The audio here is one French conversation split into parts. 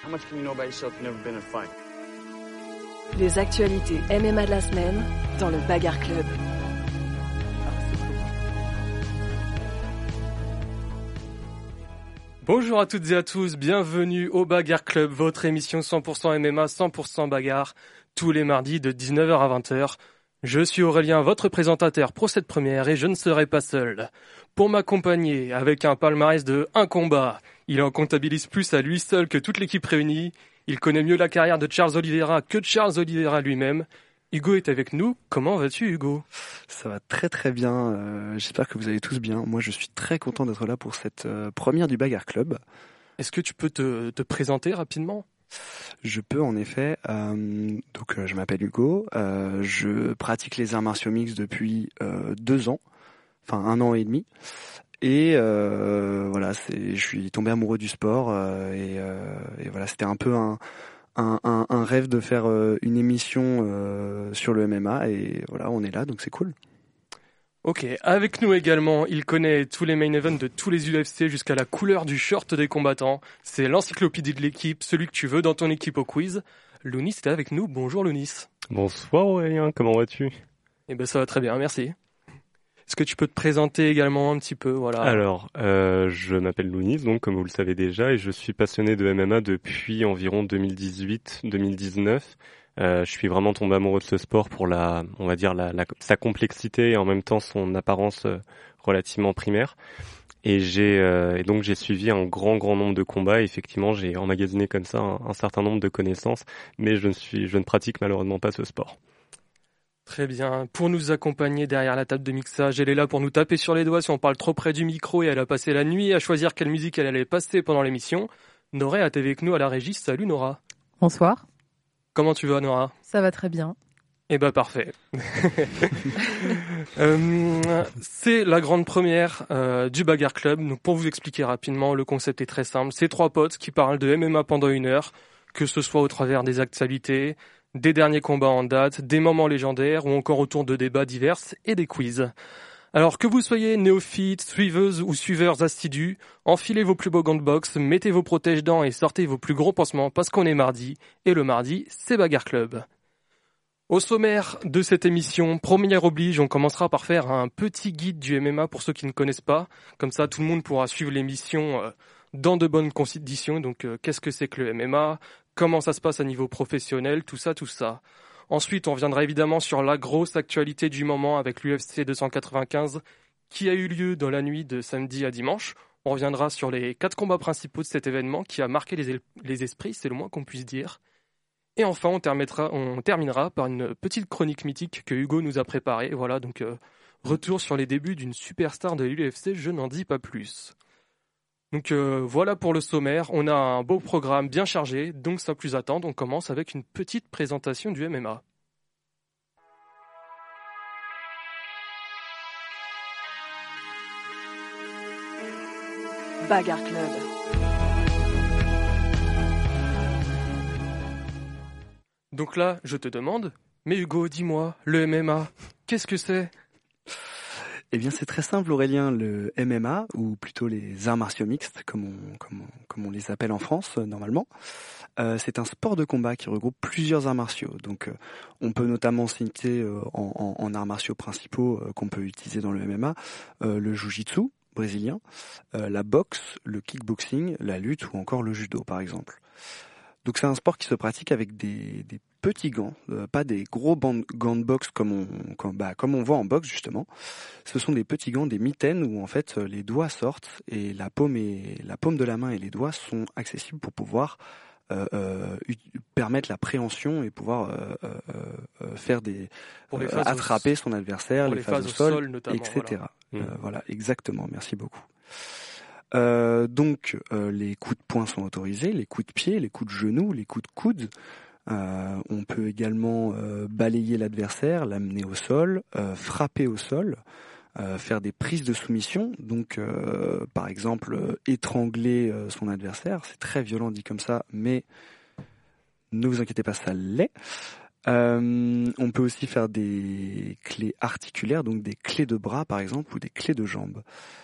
How much can you know about yourself if you've never been in a fight? Les actualités MMA de la semaine dans le Bagarre Club. Bonjour à toutes et à tous, bienvenue au Bagarre Club, votre émission 100% MMA, 100% bagarre, tous les mardis de 19h à 20h. Je suis Aurélien, votre présentateur pour cette première et je ne serai pas seul. Pour m'accompagner, avec un palmarès de 1 combat, il en comptabilise plus à lui seul que toute l'équipe réunie. Il connaît mieux la carrière de Charles Oliveira que Charles Oliveira lui-même. Hugo est avec nous. Comment vas-tu, Hugo ? Ça va très très bien. J'espère que vous allez tous bien. Moi, je suis très content d'être là pour cette première du Bagarre Club. Est-ce que tu peux te présenter rapidement ? Je peux en effet. Je m'appelle Hugo. Je pratique les arts martiaux mixtes depuis 2 ans, enfin 1 an et demi. Et je suis tombé amoureux du sport et voilà, c'était un peu un rêve de faire une émission sur le MMA et voilà, on est là, donc c'est cool. Ok, avec nous également, il connaît tous les main events de tous les UFC jusqu'à la couleur du short des combattants. C'est l'encyclopédie de l'équipe, celui que tu veux dans ton équipe au quiz. Lounis est avec nous. Bonjour Lounis. Bonsoir Aurélien, comment vas-tu ? Eh ben ça va très bien, merci. Est-ce que tu peux te présenter également un petit peu, voilà. Alors, je m'appelle Lounis, donc comme vous le savez déjà, et je suis passionné de MMA depuis environ 2018-2019. Je suis vraiment tombé amoureux de ce sport pour sa complexité et en même temps son apparence relativement primaire. Et donc j'ai suivi un grand nombre de combats. Et effectivement, j'ai emmagasiné comme ça un certain nombre de connaissances, mais je ne pratique malheureusement pas ce sport. Très bien. Pour nous accompagner derrière la table de mixage, elle est là pour nous taper sur les doigts si on parle trop près du micro et elle a passé la nuit à choisir quelle musique elle allait passer pendant l'émission. Nora est avec nous à la régie. Salut Nora. Bonsoir. Comment tu vas Nora ? Ça va très bien. Eh ben parfait. C'est la grande première du Bagarre Club. Donc pour vous expliquer rapidement, le concept est très simple. C'est 3 potes qui parlent de MMA pendant 1 heure, que ce soit au travers des actualités, des derniers combats en date, des moments légendaires ou encore autour de débats divers et des quiz. Alors que vous soyez néophytes, suiveuses ou suiveurs assidus, enfilez vos plus beaux gants de boxe, mettez vos protège-dents et sortez vos plus gros pansements parce qu'on est mardi, et le mardi, c'est Bagarre Club. Au sommaire de cette émission, première oblige, on commencera par faire un petit guide du MMA pour ceux qui ne connaissent pas. Comme ça, tout le monde pourra suivre l'émission dans de bonnes conditions. Donc, qu'est-ce que c'est que le MMA ? Comment ça se passe à niveau professionnel ? Tout ça. Ensuite, on reviendra évidemment sur la grosse actualité du moment avec l'UFC 295 qui a eu lieu dans la nuit de samedi à dimanche. On reviendra sur les 4 combats principaux de cet événement qui a marqué les esprits, c'est le moins qu'on puisse dire. Et enfin, on terminera par une petite chronique mythique que Hugo nous a préparée. Voilà, donc retour sur les débuts d'une superstar de l'UFC, je n'en dis pas plus. Donc voilà pour le sommaire, on a un beau programme bien chargé, donc sans plus attendre, on commence avec une petite présentation du MMA. Bagarre Club. Donc là, je te demande, mais Hugo, dis-moi, le MMA, qu'est-ce que c'est ? Eh bien, c'est très simple, Aurélien. Le MMA, ou plutôt les arts martiaux mixtes, comme on les appelle en France normalement, c'est un sport de combat qui regroupe plusieurs arts martiaux. Donc, on peut notamment citer en arts martiaux principaux qu'on peut utiliser dans le MMA le jiu-jitsu brésilien, la boxe, le kickboxing, la lutte ou encore le judo, par exemple. Donc c'est un sport qui se pratique avec des petits gants, pas des gros gants de boxe comme on voit en boxe justement. Ce sont des petits gants, des mitaines où en fait les doigts sortent et la paume de la main et les doigts sont accessibles pour pouvoir permettre la préhension et pouvoir faire attraper son adversaire, les phases au sol notamment, etc. Voilà, exactement. Merci beaucoup. Donc les coups de poing sont autorisés, les coups de pied, les coups de genoux, les coups de coude. On peut également balayer l'adversaire, l'amener au sol, frapper au sol, faire des prises de soumission. Donc par exemple étrangler son adversaire. C'est très violent dit comme ça, mais ne vous inquiétez pas, ça l'est. On peut aussi faire des clés articulaires, donc des clés de bras par exemple ou des clés de jambes.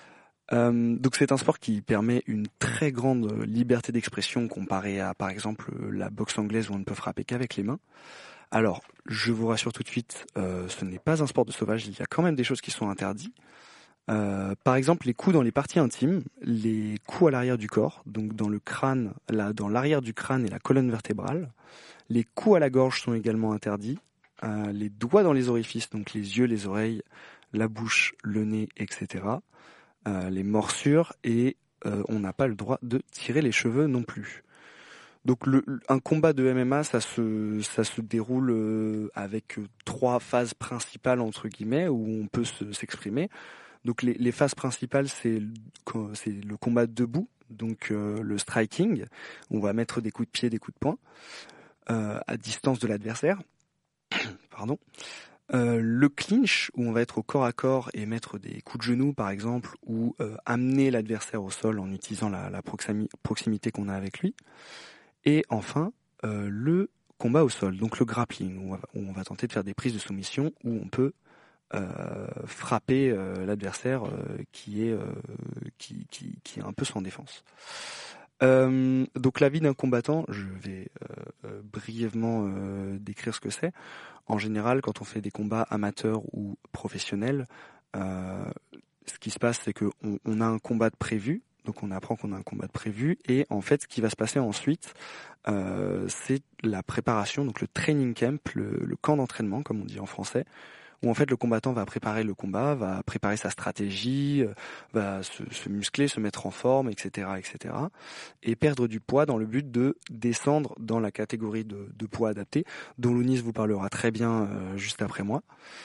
Donc c'est un sport qui permet une très grande liberté d'expression comparé à, par exemple, la boxe anglaise où on ne peut frapper qu'avec les mains. Alors, je vous rassure tout de suite, ce n'est pas un sport de sauvage, il y a quand même des choses qui sont interdites. Par exemple, les coups dans les parties intimes, les coups à l'arrière du corps, donc dans le crâne, dans l'arrière du crâne et la colonne vertébrale. Les coups à la gorge sont également interdits. Les doigts dans les orifices, donc les yeux, les oreilles, la bouche, le nez, etc. Les morsures et on n'a pas le droit de tirer les cheveux non plus. Donc un combat de MMA, ça se déroule avec 3 phases principales entre guillemets où on peut s'exprimer. Donc les phases principales, c'est le combat debout, donc le striking, où on va mettre des coups de pied, des coups de poing à distance de l'adversaire. Pardon. Le clinch, où on va être au corps à corps et mettre des coups de genoux par exemple, ou amener l'adversaire au sol en utilisant la proximité qu'on a avec lui. Et enfin, le combat au sol, donc le grappling, où on va tenter de faire des prises de soumission, où on peut frapper l'adversaire qui est un peu sans défense. Donc la vie d'un combattant, je vais brièvement décrire ce que c'est. En général, quand on fait des combats amateurs ou professionnels, ce qui se passe, c'est que on a un combat de prévu. Donc on apprend qu'on a un combat de prévu et en fait ce qui va se passer ensuite c'est la préparation, donc le training camp, le camp d'entraînement comme on dit en français, où en fait le combattant va préparer le combat, va préparer sa stratégie, va se muscler, se mettre en forme, etc., et perdre du poids dans le but de descendre dans la catégorie de poids adapté, dont Lounis vous parlera très bien juste après moi.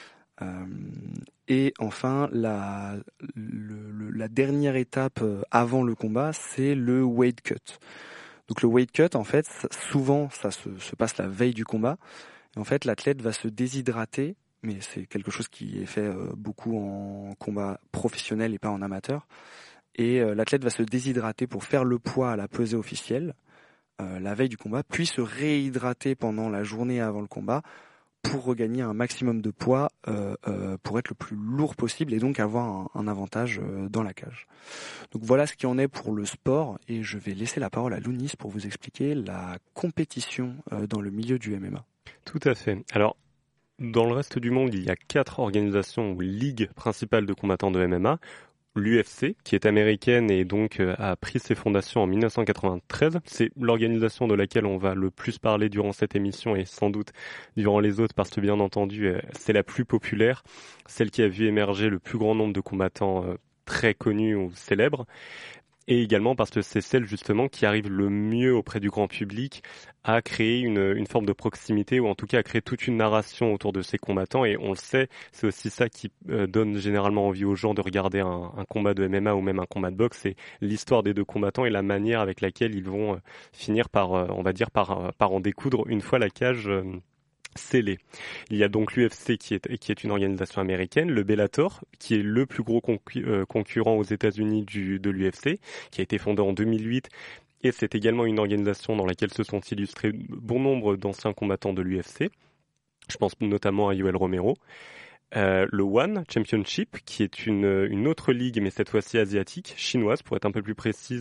Et enfin, la dernière étape avant le combat, c'est le weight cut. Donc le weight cut, en fait, souvent, ça se passe la veille du combat. Et en fait, l'athlète va se déshydrater, mais c'est quelque chose qui est fait beaucoup en combat professionnel et pas en amateur. Et l'athlète va se déshydrater pour faire le poids à la pesée officielle la veille du combat, puis se réhydrater pendant la journée avant le combat pour regagner un maximum de poids pour être le plus lourd possible et donc avoir un avantage dans la cage. Donc voilà ce qui en est pour le sport et je vais laisser la parole à Lounis pour vous expliquer la compétition dans le milieu du MMA. Tout à fait. Alors, dans le reste du monde, il y a 4 organisations ou ligues principales de combattants de MMA. L'UFC, qui est américaine et donc a pris ses fondations en 1993. C'est l'organisation de laquelle on va le plus parler durant cette émission et sans doute durant les autres parce que bien entendu, c'est la plus populaire, celle qui a vu émerger le plus grand nombre de combattants très connus ou célèbres. Et également parce que c'est celle justement qui arrive le mieux auprès du grand public à créer une forme de proximité ou en tout cas à créer toute une narration autour de ces combattants. Et on le sait, c'est aussi ça qui donne généralement envie aux gens de regarder un combat de MMA ou même un combat de boxe. C'est l'histoire des deux combattants et la manière avec laquelle ils vont finir par, on va dire, par en découdre une fois la cage scellé. Il y a donc l'UFC qui est une organisation américaine, le Bellator qui est le plus gros concurrent aux États-Unis de l'UFC, qui a été fondé en 2008 et c'est également une organisation dans laquelle se sont illustrés bon nombre d'anciens combattants de l'UFC. Je pense notamment à Yoel Romero. Le One Championship, qui est une autre ligue, mais cette fois-ci asiatique, chinoise, pour être un peu plus précis,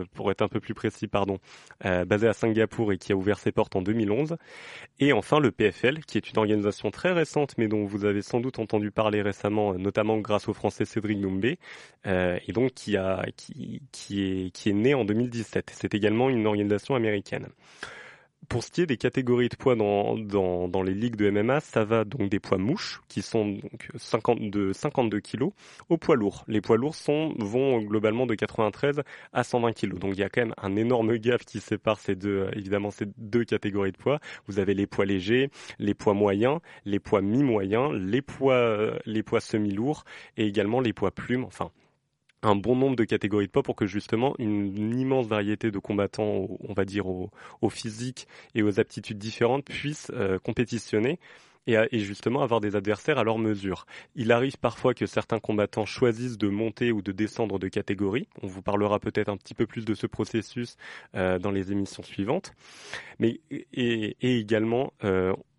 basée à Singapour et qui a ouvert ses portes en 2011. Et enfin, le PFL, qui est une organisation très récente, mais dont vous avez sans doute entendu parler récemment, notamment grâce au Français Cédric Doumbé, et donc qui est né en 2017. C'est également une organisation américaine. Pour ce qui est des catégories de poids dans les ligues de MMA, ça va donc des poids mouches, qui sont donc 52 kilos, aux poids lourds. Les poids lourds vont globalement de 93 à 120 kilos. Donc il y a quand même un énorme gap qui sépare ces deux catégories de poids. Vous avez les poids légers, les poids moyens, les poids mi-moyens, les poids semi-lourds et également les poids plumes, enfin un bon nombre de catégories de poids pour que justement une immense variété de combattants, on va dire au physique et aux aptitudes différentes, puissent compétitionner et justement avoir des adversaires à leur mesure. Il arrive parfois que certains combattants choisissent de monter ou de descendre de catégorie. On vous parlera peut-être un petit peu plus de ce processus dans les émissions suivantes. Mais et également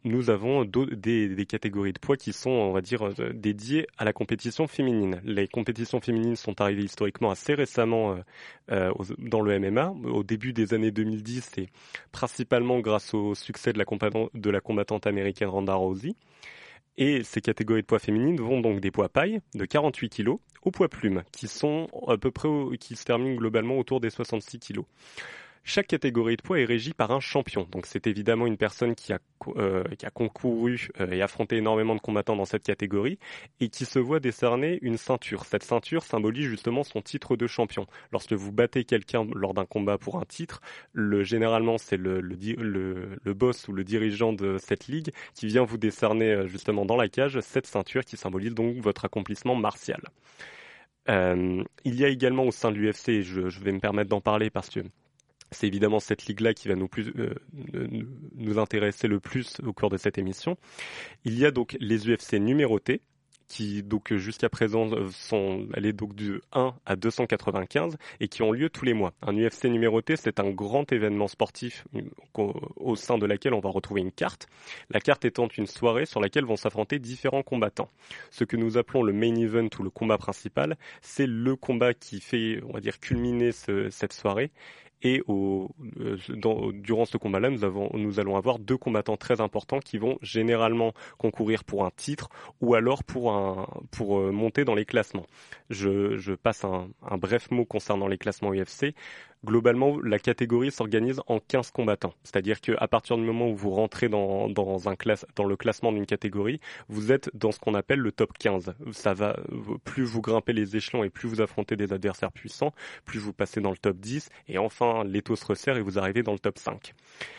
nous avons des catégories de poids qui sont, on va dire, dédiées à la compétition féminine. Les compétitions féminines sont arrivées historiquement assez récemment dans le MMA. Au début des années 2010, c'est principalement grâce au succès de la combattante américaine Ronda Rousey. Et ces catégories de poids féminines vont donc des poids paille de 48 kg aux poids plumes, qui sont à peu près, qui se terminent globalement autour des 66 kg. Chaque catégorie de poids est régie par un champion. Donc c'est évidemment une personne qui a concouru et affronté énormément de combattants dans cette catégorie et qui se voit décerner une ceinture. Cette ceinture symbolise justement son titre de champion. Lorsque vous battez quelqu'un lors d'un combat pour un titre, généralement c'est le boss ou le dirigeant de cette ligue qui vient vous décerner justement dans la cage cette ceinture qui symbolise donc votre accomplissement martial. Il y a également au sein de l'UFC, et je vais me permettre d'en parler parce que c'est évidemment cette ligue-là qui va nous intéresser le plus au cours de cette émission. Il y a donc les UFC numérotés, qui donc jusqu'à présent sont allés donc du 1 à 295 et qui ont lieu tous les mois. Un UFC numéroté, c'est un grand événement sportif au sein de laquelle on va retrouver une carte. La carte étant une soirée sur laquelle vont s'affronter différents combattants. Ce que nous appelons le main event ou le combat principal, c'est le combat qui fait, on va dire, culminer cette soirée. Et durant ce combat-là, nous allons avoir deux combattants très importants qui vont généralement concourir pour un titre ou alors pour monter dans les classements. Je passe un bref mot concernant les classements UFC. Globalement, la catégorie s'organise en 15 combattants. C'est-à-dire qu'à partir du moment où vous rentrez dans le classement d'une catégorie, vous êtes dans ce qu'on appelle le top 15. Plus vous grimpez les échelons et plus vous affrontez des adversaires puissants, plus vous passez dans le top 10 et enfin l'étau se resserre et vous arrivez dans le top 5.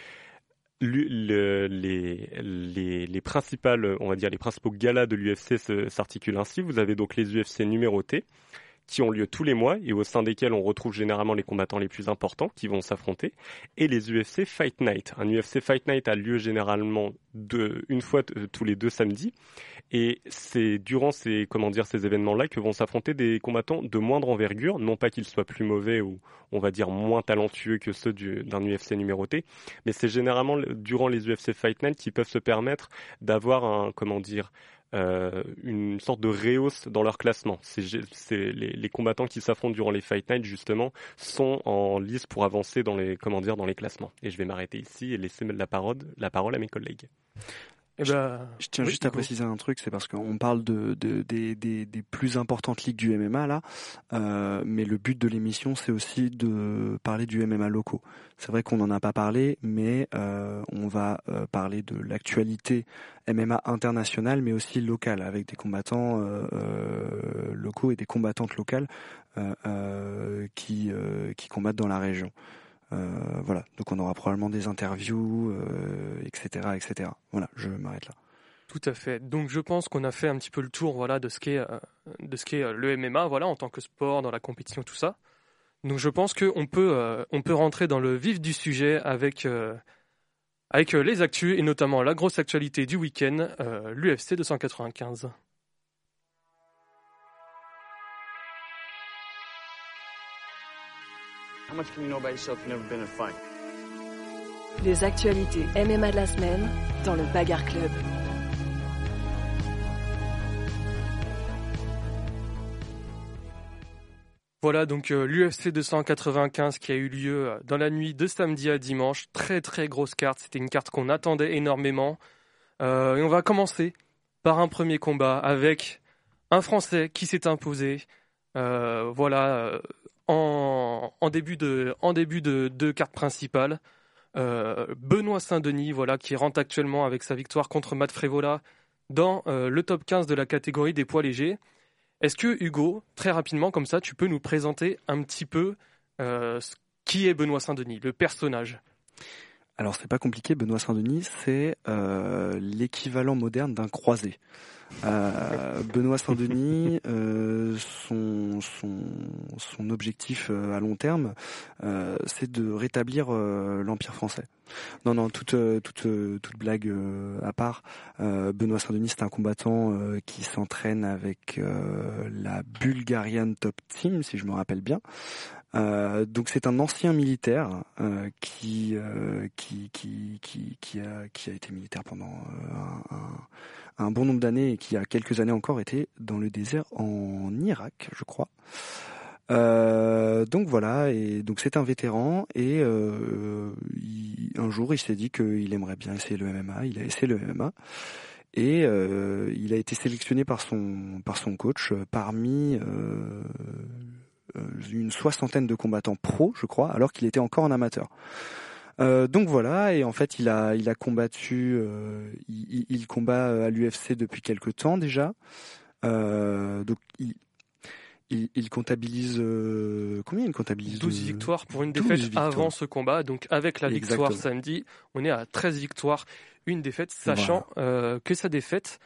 Les principaux galas de l'UFC s'articulent ainsi. Vous avez donc les UFC numérotés, qui ont lieu tous les mois et au sein desquels on retrouve généralement les combattants les plus importants qui vont s'affronter, et les UFC Fight Night. Un UFC Fight Night a lieu généralement une fois tous les 2 samedis, et c'est durant ces événements-là que vont s'affronter des combattants de moindre envergure, non pas qu'ils soient plus mauvais ou on va dire moins talentueux que ceux d'un UFC numéroté, mais c'est généralement durant les UFC Fight Night qui peuvent se permettre d'avoir une sorte de rehausse dans leur classement. Les combattants qui s'affrontent durant les Fight Night, justement, sont en lice pour avancer dans les classements. Et je vais m'arrêter ici et laisser la parole à mes collègues. Je tiens juste à préciser un truc, c'est parce qu'on parle des plus importantes ligues du MMA là, mais le but de l'émission c'est aussi de parler du MMA locaux. C'est vrai qu'on n'en a pas parlé, mais on va parler de l'actualité MMA internationale, mais aussi locale, avec des combattants locaux et des combattantes locales qui combattent dans la région. Voilà, donc on aura probablement des interviews, etc. Voilà, je m'arrête là. Tout à fait. Donc je pense qu'on a fait un petit peu le tour, voilà, de ce qu'est le MMA, voilà, en tant que sport, dans la compétition, tout ça. Donc je pense qu'on peut rentrer dans le vif du sujet avec les actus et notamment la grosse actualité du week-end, l'UFC 295. How much can you know about yourself if you've never been in a fight? Les actualités MMA de la semaine dans le Bagarre Club. Voilà donc l'UFC 295 qui a eu lieu dans la nuit de samedi à dimanche. Très très grosse carte, c'était une carte qu'on attendait énormément. Et on va commencer par un premier combat avec un Français qui s'est imposé. En début de carte principale, Benoît Saint-Denis, voilà, qui rentre actuellement avec sa victoire contre Matt Frevola dans le top 15 de la catégorie des poids légers. Est-ce que Hugo, très rapidement comme ça, tu peux nous présenter un petit peu qui est Benoît Saint-Denis, le personnage? Alors c'est pas compliqué, Benoît Saint-Denis, c'est l'équivalent moderne d'un croisé. Benoît Saint-Denis, son objectif à long terme, c'est de rétablir l'Empire français. Non, toute blague à part. Benoît Saint-Denis, c'est un combattant qui s'entraîne avec la Bulgarian Top Team, si je me rappelle bien. Donc c'est un ancien militaire qui a été militaire pendant un bon nombre d'années et qui a quelques années encore été dans le désert en Irak, je crois. Donc voilà, et donc c'est un vétéran et un jour il s'est dit qu'il aimerait bien essayer le MMA. Il a essayé le MMA et il a été sélectionné par son coach parmi une 60aine de combattants pros, je crois, alors qu'il était encore en amateur. Donc voilà, et en fait il a combattu, il combat à l'UFC depuis quelque temps déjà. Donc il comptabilise combien il comptabilise 12 victoires pour une défaite avant ce combat. Donc avec la victoire samedi, on est à 13 victoires, une défaite, sachant que sa défaite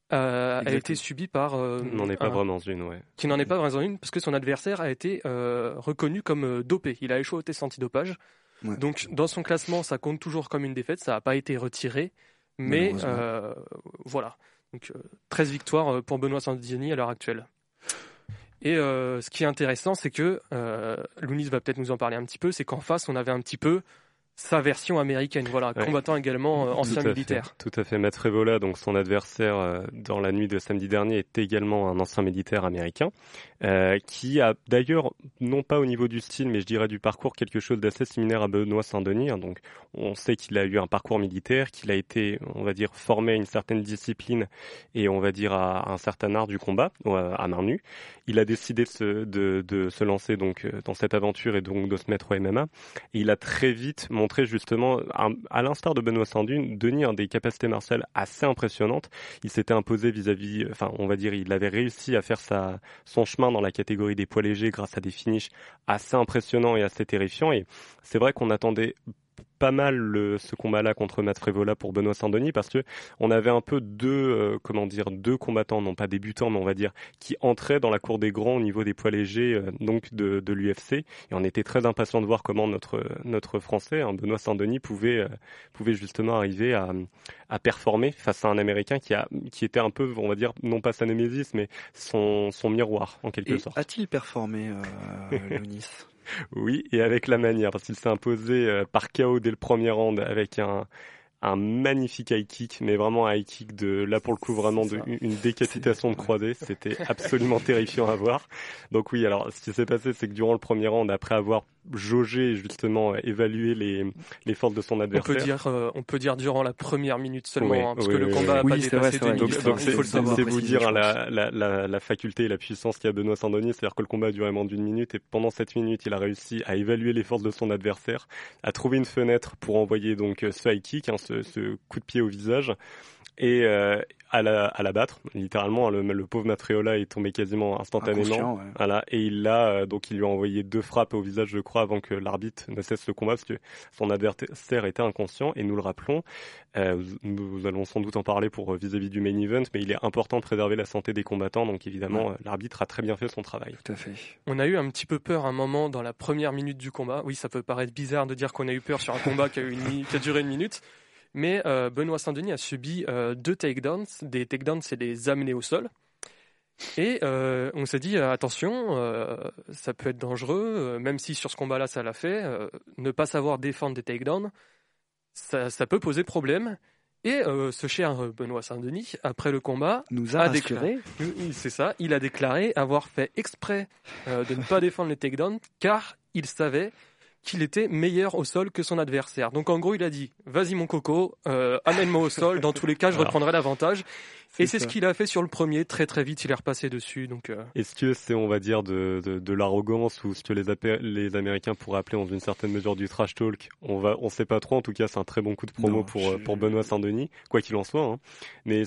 a été subie par n'en est pas vraiment une, ouais. Qui n'en est pas vraiment une, parce que son adversaire a été reconnu comme dopé. Il a échoué au test antidopage. Ouais. Donc dans son classement, ça compte toujours comme une défaite. Ça n'a pas été retiré, mais voilà. Donc 13 victoires pour Benoît Sandini à l'heure actuelle. Et ce qui est intéressant, c'est que Lounis va peut-être nous en parler un petit peu, c'est qu'en face, on avait un petit peu sa version américaine, voilà, ouais. Combattant également ancien militaire. Tout à fait. Matt Frevola, donc son adversaire dans la nuit de samedi dernier, est également un ancien militaire américain, qui a d'ailleurs, non pas au niveau du style, mais je dirais du parcours, quelque chose d'assez similaire à Benoît Saint-Denis. Hein. Donc, on sait qu'il a eu un parcours militaire, qu'il a été, on va dire, formé à une certaine discipline et on va dire à un certain art du combat, à main nue. Il a décidé de se lancer donc dans cette aventure et donc de se mettre au MMA. Et il a très vite montré justement, à l'instar de Benoît Saint-Denis, des capacités martiales assez impressionnantes. Il s'était imposé vis-à-vis, enfin, on va dire, il avait réussi à faire son chemin dans la catégorie des poids légers grâce à des finishes assez impressionnants et assez terrifiants. Et c'est vrai qu'on attendait pas mal ce combat-là contre Matt Frevola pour Benoît Saint-Denis parce que on avait un peu deux combattants, non pas débutants, mais on va dire qui entraient dans la cour des grands au niveau des poids légers donc de l'UFC, et on était très impatients de voir comment notre Français, Benoît Saint-Denis, pouvait justement arriver à performer face à un Américain qui était un peu, on va dire, non pas sa némésis, mais son miroir en quelque sorte. A-t-il performé, Lounis? Oui, et avec la manière, parce qu'il s'est imposé par KO dès le premier round avec un magnifique high kick, mais vraiment un high kick là pour le coup vraiment une décapitation de croisée. C'était absolument terrifiant à voir. Donc oui, alors ce qui s'est passé, c'est que durant le premier round, après avoir jaugé, justement évalué les forces de son adversaire. On peut dire durant la première minute seulement, parce que le combat n'a pas dépassé 2 minutes. Donc c'est vous dire la faculté et la puissance qu'a Benoît Saint-Denis, c'est-à-dire que le combat a duré moins d'une minute et pendant cette minute, il a réussi à évaluer les forces de son adversaire, à trouver une fenêtre pour envoyer donc ce high kick, ce coup de pied au visage, et à l'abattre littéralement. Le pauvre Matt Frevola est tombé quasiment instantanément, ouais. Voilà, et il lui a envoyé 2 frappes au visage, je crois, avant que l'arbitre ne cesse le combat, parce que son adversaire était inconscient. Et nous le rappelons, nous allons sans doute en parler pour vis-à-vis du main event, mais il est important de préserver la santé des combattants, donc évidemment l'arbitre a très bien fait son travail. Tout à fait. On a eu un petit peu peur un moment dans la première minute du combat. Oui, ça peut paraître bizarre de dire qu'on a eu peur sur un combat qui a duré 1 minute. Mais Benoît Saint-Denis a subi 2 takedowns. Des takedowns, c'est des amenés au sol. Et on s'est dit, attention, ça peut être dangereux, même si sur ce combat-là, ça l'a fait. Ne pas savoir défendre des takedowns, ça peut poser problème. Et ce cher Benoît Saint-Denis, après le combat, nous a déclaré. C'est ça, il a déclaré avoir fait exprès de ne pas défendre les takedowns, car il savait qu'il était meilleur au sol que son adversaire. Donc en gros, il a dit, vas-y mon coco, amène-moi au sol, dans tous les cas, je reprendrai l'avantage. Et c'est ce qu'il a fait sur le premier, très très vite, il est repassé dessus. Donc, Est-ce que c'est, on va dire, de l'arrogance, ou ce que les Américains pourraient appeler dans une certaine mesure du trash talk? On sait pas trop, en tout cas c'est un très bon coup de promo pour Benoît Saint-Denis, quoi qu'il en soit, hein. Mais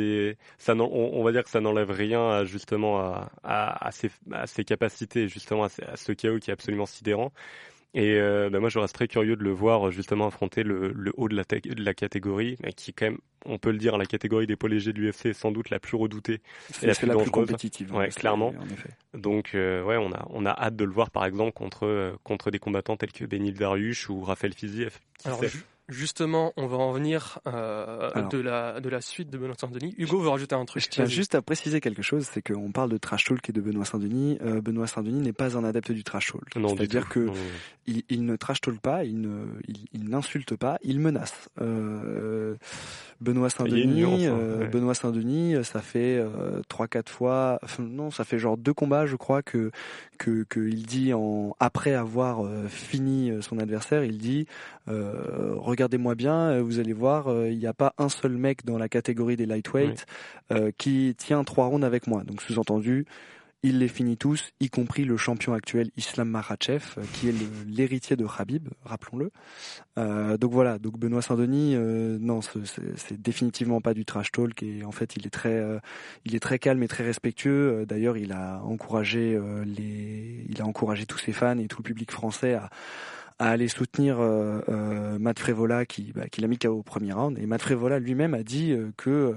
on va dire que ça n'enlève rien justement à ses capacités, justement à ce KO qui est absolument sidérant. Et moi je reste très curieux de le voir justement affronter le haut de la catégorie, qui quand même, on peut le dire, la catégorie des poids légers de l'UFC est sans doute la plus redoutée et la plus dangereuse, compétitive. Ouais, clairement. En effet. Donc on a hâte de le voir par exemple contre des combattants tels que Benil Dariush ou Raphaël Fiziev. Justement, on va en venir de la suite de Benoît Saint-Denis. Hugo veut rajouter un truc. Je tiens juste à préciser quelque chose, c'est qu'on parle de trash talk et de Benoît Saint-Denis. Benoît Saint-Denis n'est pas un adepte du trash talk. C'est-à-dire que il ne trash talk pas, il n'insulte pas, il menace. Benoît Saint-Denis, ça fait 3-4 fois, ça fait genre 2 combats, je crois, que il dit après avoir fini son adversaire, il dit regardez-moi bien, vous allez voir, il n'y a pas un seul mec dans la catégorie des lightweight qui tient 3 rounds avec moi. Donc sous-entendu, il les finit tous, y compris le champion actuel Islam Makhachev, qui est l'héritier de Khabib, rappelons-le. Donc voilà, donc Benoît Saint-Denis, non, c'est définitivement pas du trash talk, et en fait il est très calme et très respectueux. D'ailleurs, il a encouragé tous ses fans et tout le public français à aller soutenir Matt Frevola qui l'a mis KO au premier round, et Matt Frevola lui-même a dit que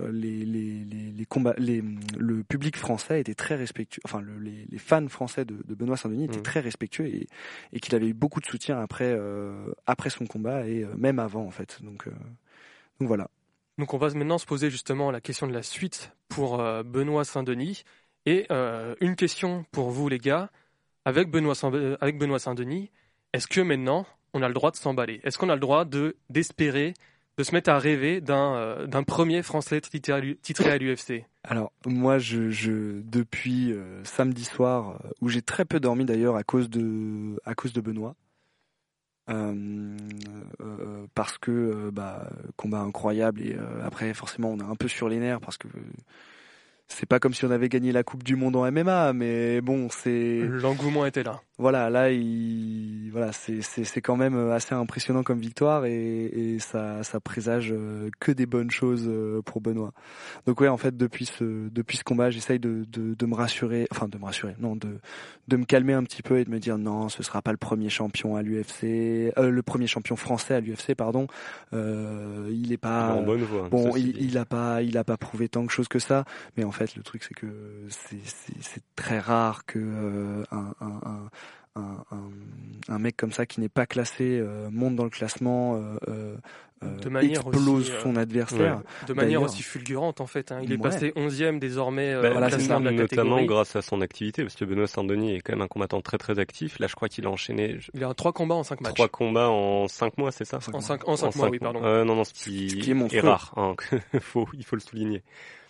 le public français était très respectueux, enfin les fans français de Benoît Saint-Denis étaient très respectueux, et qu'il avait eu beaucoup de soutien après son combat, et même avant en fait. Donc voilà. Donc on va maintenant se poser justement la question de la suite pour Benoît Saint-Denis, et une question pour vous les gars, avec Benoît Saint-Denis. Est-ce que maintenant, on a le droit de s'emballer ? Est-ce qu'on a le droit d'espérer, de se mettre à rêver d'un premier Français titré à l'UFC ? Alors, moi, depuis samedi soir, où j'ai très peu dormi d'ailleurs à cause de Benoît, parce que combat incroyable, et après forcément on est un peu sur les nerfs parce que c'est pas comme si on avait gagné la Coupe du Monde en MMA, mais bon, l'engouement était là. Voilà, là, c'est quand même assez impressionnant comme victoire, et ça présage que des bonnes choses pour Benoît. Donc ouais, en fait, depuis ce combat, j'essaye de me rassurer, de me calmer un petit peu et de me dire non, ce sera pas le premier champion à l'UFC, le premier champion français à l'UFC, pardon. Il est pas en bonne voie. Bon, il a pas prouvé tant de choses que ça, mais en fait, le truc c'est que c'est très rare que un mec comme ça qui n'est pas classé monte dans le classement, explose son adversaire. Ouais. De manière aussi fulgurante en fait. Il est passé 11e désormais au classement de la notamment catégorie. Grâce à son activité, parce que Benoît Saint-Denis est quand même un combattant très très actif. Là, je crois qu'il a enchaîné. Il a 3 combats en 5 matchs. 3 combats en 5 mois, c'est ça ? En 5 mois, oui, pardon. Non, ce qui est rare. Il faut le souligner.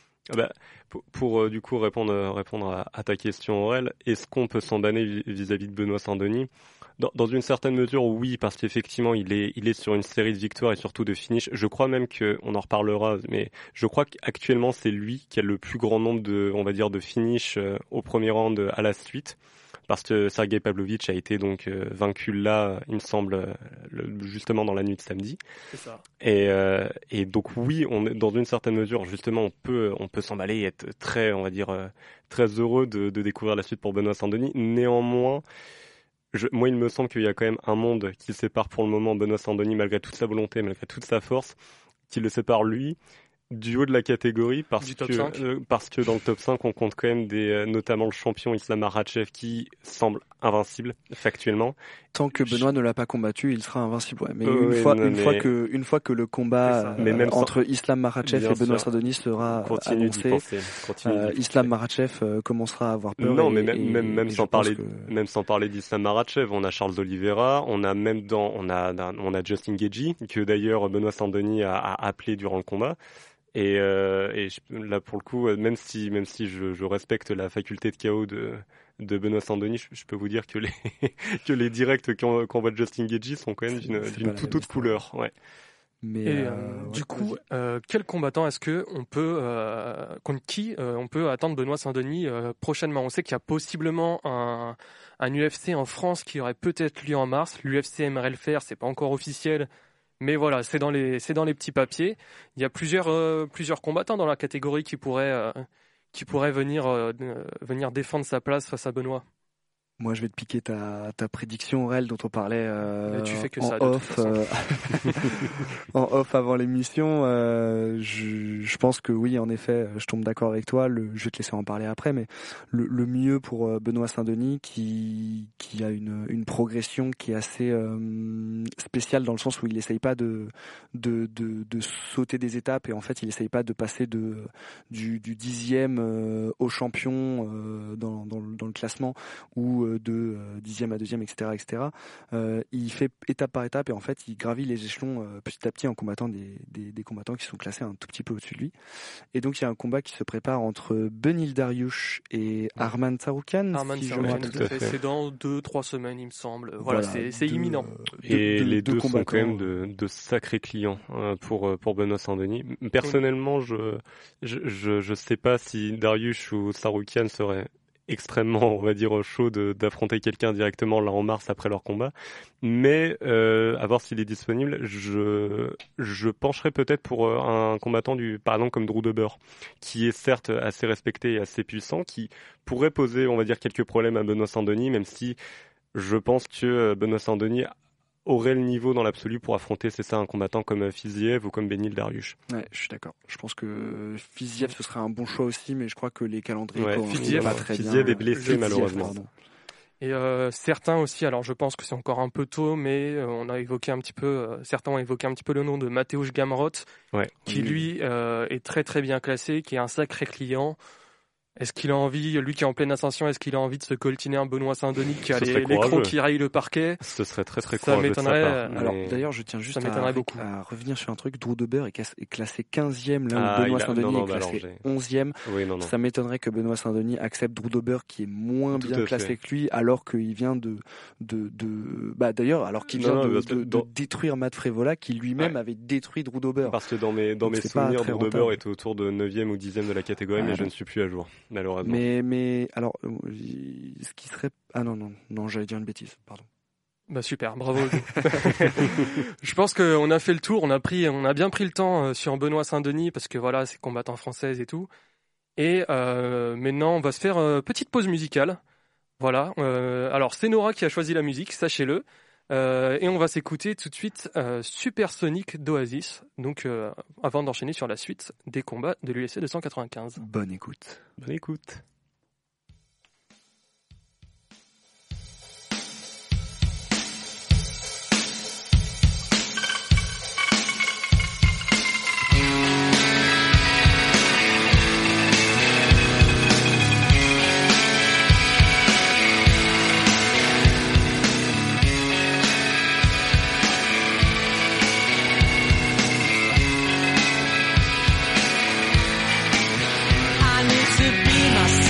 Pour du coup répondre à ta question, Aurel, est-ce qu'on peut s'emballer vis-à-vis de Benoît Saint-Denis ? Dans une certaine mesure, oui, parce qu'effectivement, il est sur une série de victoires et surtout de finish. Je crois même on en reparlera, mais je crois qu'actuellement, c'est lui qui a le plus grand nombre de finish au premier round à la suite. Parce que Sergei Pavlovich a été donc vaincu là, il me semble, justement dans la nuit de samedi. C'est ça. Et donc oui, on est dans une certaine mesure, justement, on peut s'emballer et être très, très heureux de découvrir la suite pour Benoît Saint-Denis. Néanmoins, moi, il me semble qu'il y a quand même un monde qui sépare pour le moment Benoît Saint-Denis, malgré toute sa volonté, malgré toute sa force, qui le sépare lui du haut de la catégorie, parce que dans le top 5, on compte quand même notamment le champion Islam Makhachev qui semble invincible, factuellement. Tant que Benoît ne l'a pas combattu, il sera invincible. Ouais. Mais une fois que le combat entre Islam Makhachev et Benoît Saint-Denis sera annoncé, Islam Makhachev commencera à avoir peur. Non, mais même sans parler d'Islam Makhachev, on a Charles Oliveira, on a Justin Gaethje, que d'ailleurs Benoît Saint-Denis a appelé durant le combat. Et là, pour le coup, même si je respecte la faculté de KO de Benoît Saint-Denis, je peux vous dire que les directs qu'envoie Justin Gaethje sont quand même d'une toute autre couleur. Ouais. Mais du coup, quel combattant est-ce que on peut contre qui on peut attendre Benoît Saint-Denis prochainement ? On sait qu'il y a possiblement un UFC en France qui aurait peut-être lieu en mars. L'UFC aimerait le faire, c'est pas encore officiel. Mais voilà, c'est dans les petits papiers. Il y a plusieurs combattants dans la catégorie qui pourraient venir défendre sa place face à Benoît. Moi, je vais te piquer ta prédiction, Aurel, dont on parlait tu fais que en ça, de off, toute façon. en off avant l'émission. Je pense que oui, en effet, je tombe d'accord avec toi. Je vais te laisser en parler après, mais le mieux pour Benoît Saint-Denis, qui a une progression qui est assez spéciale dans le sens où il essaye pas de sauter des étapes, et en fait, il essaye pas de passer du 10e au champion dans le classement, ou de 10e à 2e, etc. Il fait étape par étape, et en fait il gravit les échelons petit à petit en combattant des combattants qui sont classés un tout petit peu au-dessus de lui. Et donc il y a un combat qui se prépare entre Benil Dariush et Arman Tsarukyan. Arman Tsarukyan, tout à fait. C'est dans 2-3 semaines, il me semble. Voilà, c'est imminent. Et les deux sont quand même de sacrés clients pour Benoît Saint-Denis. Personnellement, je sais pas si Dariush ou Tsarukyan seraient extrêmement, on va dire, chaud d'affronter quelqu'un directement là en mars après leur combat, mais à voir s'il est disponible. Je pencherais peut-être pour un combattant par exemple comme Drew Dober, qui est certes assez respecté et assez puissant, qui pourrait poser, on va dire, quelques problèmes à Benoît Saint-Denis, même si je pense que Benoît Saint-Denis aurait le niveau dans l'absolu pour affronter, c'est ça, un combattant comme Fiziev ou comme Benil Dariush. Ouais, je suis d'accord. Je pense que Fiziev, ce serait un bon choix aussi, mais je crois que les calendriers Fiziev, pas très bien. Fiziev est blessé malheureusement. Et certains aussi, alors je pense que c'est encore un peu tôt, mais on a évoqué un petit peu, certains ont évoqué un petit peu le nom de Mateusz Gamrot, qui lui est très très bien classé, qui est un sacré client. Est-ce qu'il a envie, lui qui est en pleine ascension, est-ce qu'il a envie de se coltiner un Benoît Saint-Denis qui a les crocs qui rayent le parquet? Ce serait très très courageux. Ça m'étonnerait. Alors d'ailleurs, je tiens juste à revenir sur un truc. Drew Dober est classé 15e, là où Benoît Saint-Denis est classé 11e. Oui, ça m'étonnerait que Benoît Saint-Denis accepte Drew Dober, qui est moins bien classé que lui, alors qu'il vient de détruire Matt Frevola, qui lui-même avait détruit Drew Dober. Parce que dans mes souvenirs, Drew Dober était autour de 9e ou 10e de la catégorie, mais je ne suis plus à jour, malheureusement. Mais alors, ce qui serait... Ah non, j'allais dire une bêtise, pardon. Bah super, bravo. Je pense qu'on a fait le tour, on a bien pris le temps sur Benoît Saint-Denis, parce que voilà, c'est combattant française et tout. Et maintenant, on va se faire petite pause musicale. Voilà. Alors, c'est Nora qui a choisi la musique, sachez-le. Et on va s'écouter tout de suite Supersonic d'Oasis, donc avant d'enchaîner sur la suite des combats de l'UFC 295. Bonne écoute. Bonne écoute. I need to be myself.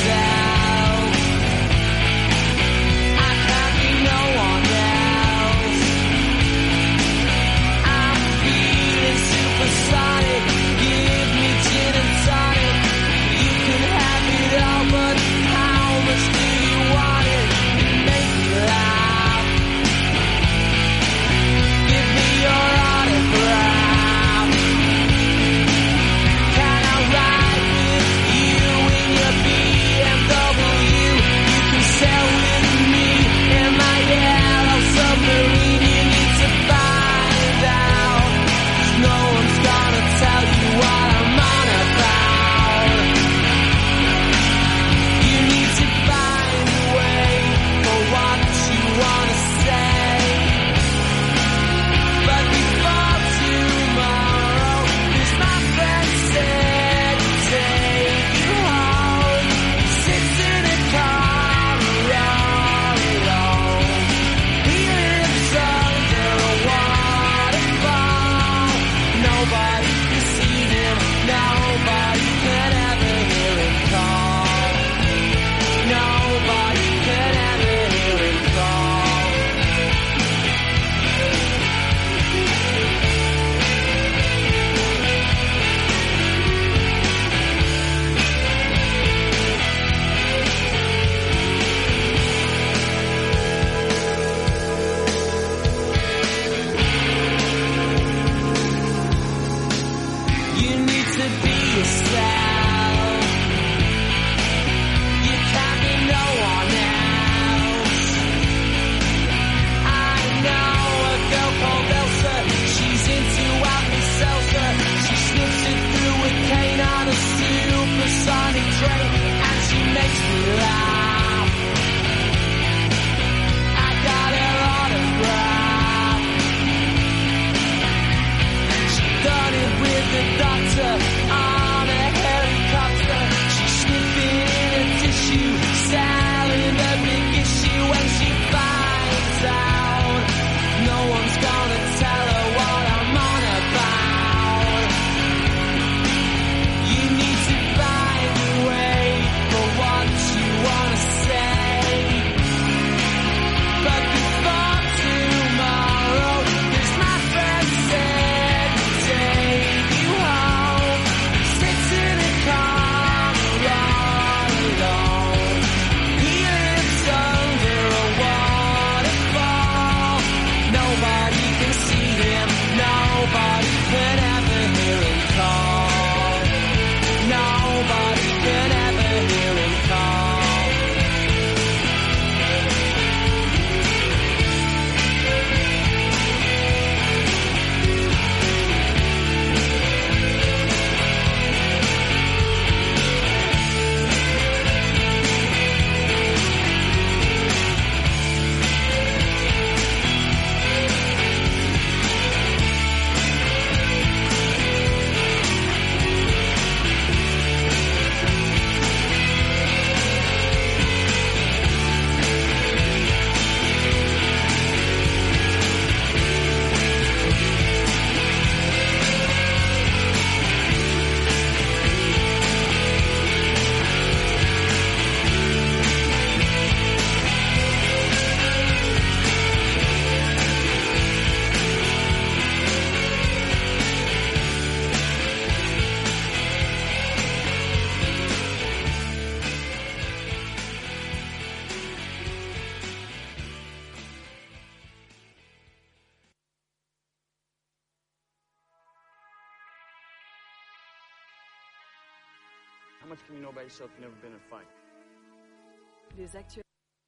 much can you know about yourself if you've never been in a fight? Les actualités.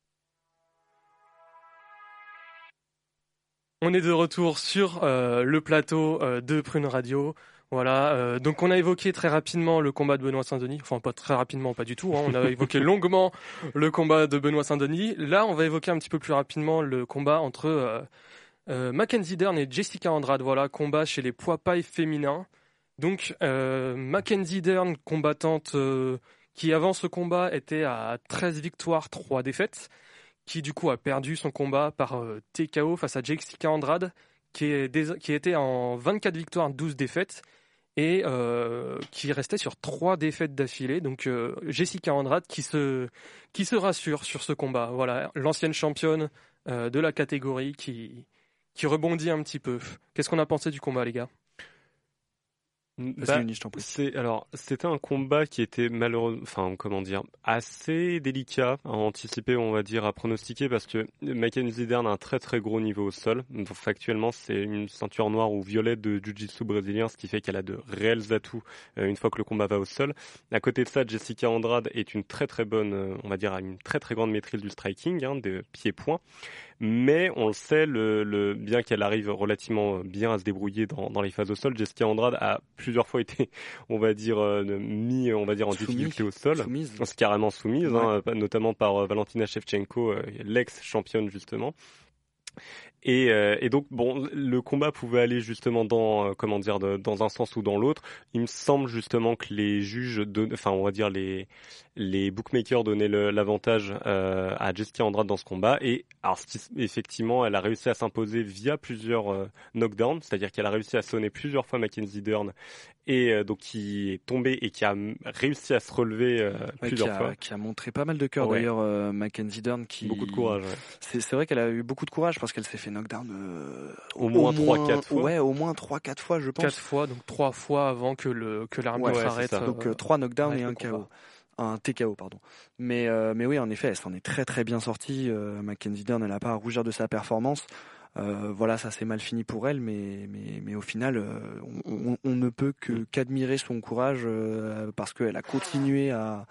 On est de retour sur le plateau de Prune Radio. Voilà, donc on a évoqué très rapidement le combat de Benoît Saint-Denis. Enfin, pas très rapidement, pas du tout. Hein. On a évoqué longuement le combat de Benoît Saint-Denis. Là, on va évoquer un petit peu plus rapidement le combat entre Mackenzie Dern et Jessica Andrade. Voilà, combat chez les poids pailles féminins. Donc, Mackenzie Dern, combattante qui avant ce combat était à 13 victoires, 3 défaites, qui du coup a perdu son combat par TKO face à Jessica Andrade, qui était en 24 victoires, 12 défaites, et qui restait sur 3 défaites d'affilée. Donc Jessica Andrade qui se rassure sur ce combat. Voilà, l'ancienne championne de la catégorie qui rebondit un petit peu. Qu'est-ce qu'on a pensé du combat, les gars ? C'était un combat qui était assez délicat à anticiper, on va dire, à pronostiquer, parce que Mackenzie Dern a un très très gros niveau au sol. Donc, factuellement, c'est une ceinture noire ou violette de jiu-jitsu brésilien, ce qui fait qu'elle a de réels atouts une fois que le combat va au sol. À côté de ça, Jessica Andrade est une très très bonne, on va dire, une très très grande maîtrise du striking, de pied-point. Mais on le sait, bien qu'elle arrive relativement bien à se débrouiller dans les phases au sol, Jessica Andrade a plusieurs fois été, on va dire, mis en difficulté au sol. C'est carrément soumise, ouais. Notamment par Valentina Shevchenko, l'ex-championne justement. Et donc bon, le combat pouvait aller justement dans un sens ou dans l'autre. Il me semble justement que les juges, les bookmakers donnaient l'avantage à Jessica Andrade dans ce combat. Et alors effectivement, elle a réussi à s'imposer via plusieurs knockdowns, c'est-à-dire qu'elle a réussi à sonner plusieurs fois Mackenzie Dern, et donc qui est tombée et qui a réussi à se relever plusieurs fois. Qui a montré pas mal de cœur d'ailleurs, Mackenzie Dern, qui beaucoup de courage. Ouais. C'est vrai qu'elle a eu beaucoup de courage parce qu'elle s'est fait knockdown au moins 3-4 fois. Ouais, au moins 3-4 fois, je pense. 4 fois, donc 3 fois avant que l'arbitre s'arrête. Donc 3 knockdowns et un KO. Un TKO, pardon. Mais oui, en effet, elle s'en est très très bien sortie. Mackenzie Dern, elle n'a pas à rougir de sa performance. Voilà, ça s'est mal fini pour elle, mais au final, on ne peut qu'admirer son courage parce qu'elle a continué à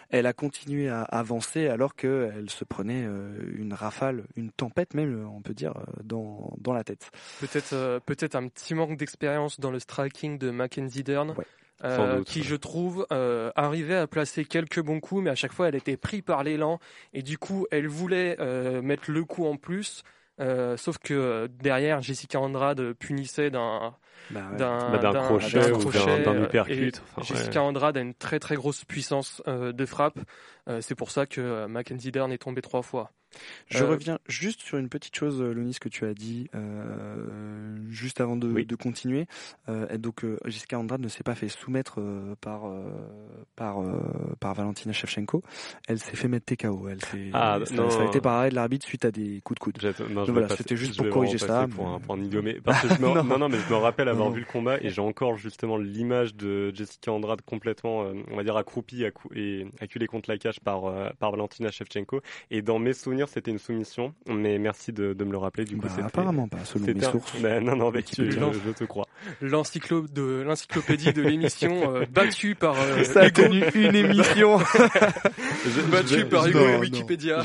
avancer alors qu'elle se prenait une rafale, une tempête même, on peut dire, dans la tête. Peut-être un petit manque d'expérience dans le striking de Mackenzie Dern. Ouais. Qui je trouve arrivait à placer quelques bons coups, mais à chaque fois elle était prise par l'élan et du coup elle voulait mettre le coup en plus, sauf que derrière Jessica Andrade punissait d'un crochet ou d'un uppercut. Jessica Andrade a une très très grosse puissance de frappe, c'est pour ça que Mackenzie Dern est tombée 3 fois. Je reviens juste sur une petite chose, Lounis, que tu as dit juste avant de continuer. Donc Jessica Andrade ne s'est pas fait soumettre par Valentina Shevchenko. Elle s'est fait mettre TKO. Ça a été par arrêt de l'arbitre suite à des coups de coude. Voilà, c'était juste pour corriger ça. Pour en gommer. Parce que mais je me rappelle avoir vu le combat et j'ai encore justement l'image de Jessica Andrade complètement, on va dire, accroupie et acculée contre la cage par Valentina Shevchenko. Et dans mes souvenirs, c'était une soumission, mais merci de me le rappeler. Du coup, apparemment pas, selon mes sources. Non, mais je te crois. L'encyclopédie de l'émission battue par ça a tenu une émission battue par Hugo et Wikipédia.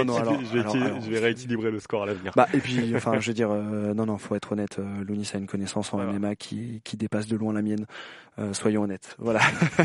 Je vais rééquilibrer le score à l'avenir. Et puis, enfin, je veux dire, faut être honnête. Lounis a une connaissance en MMA qui dépasse de loin la mienne. Soyons honnêtes. Voilà.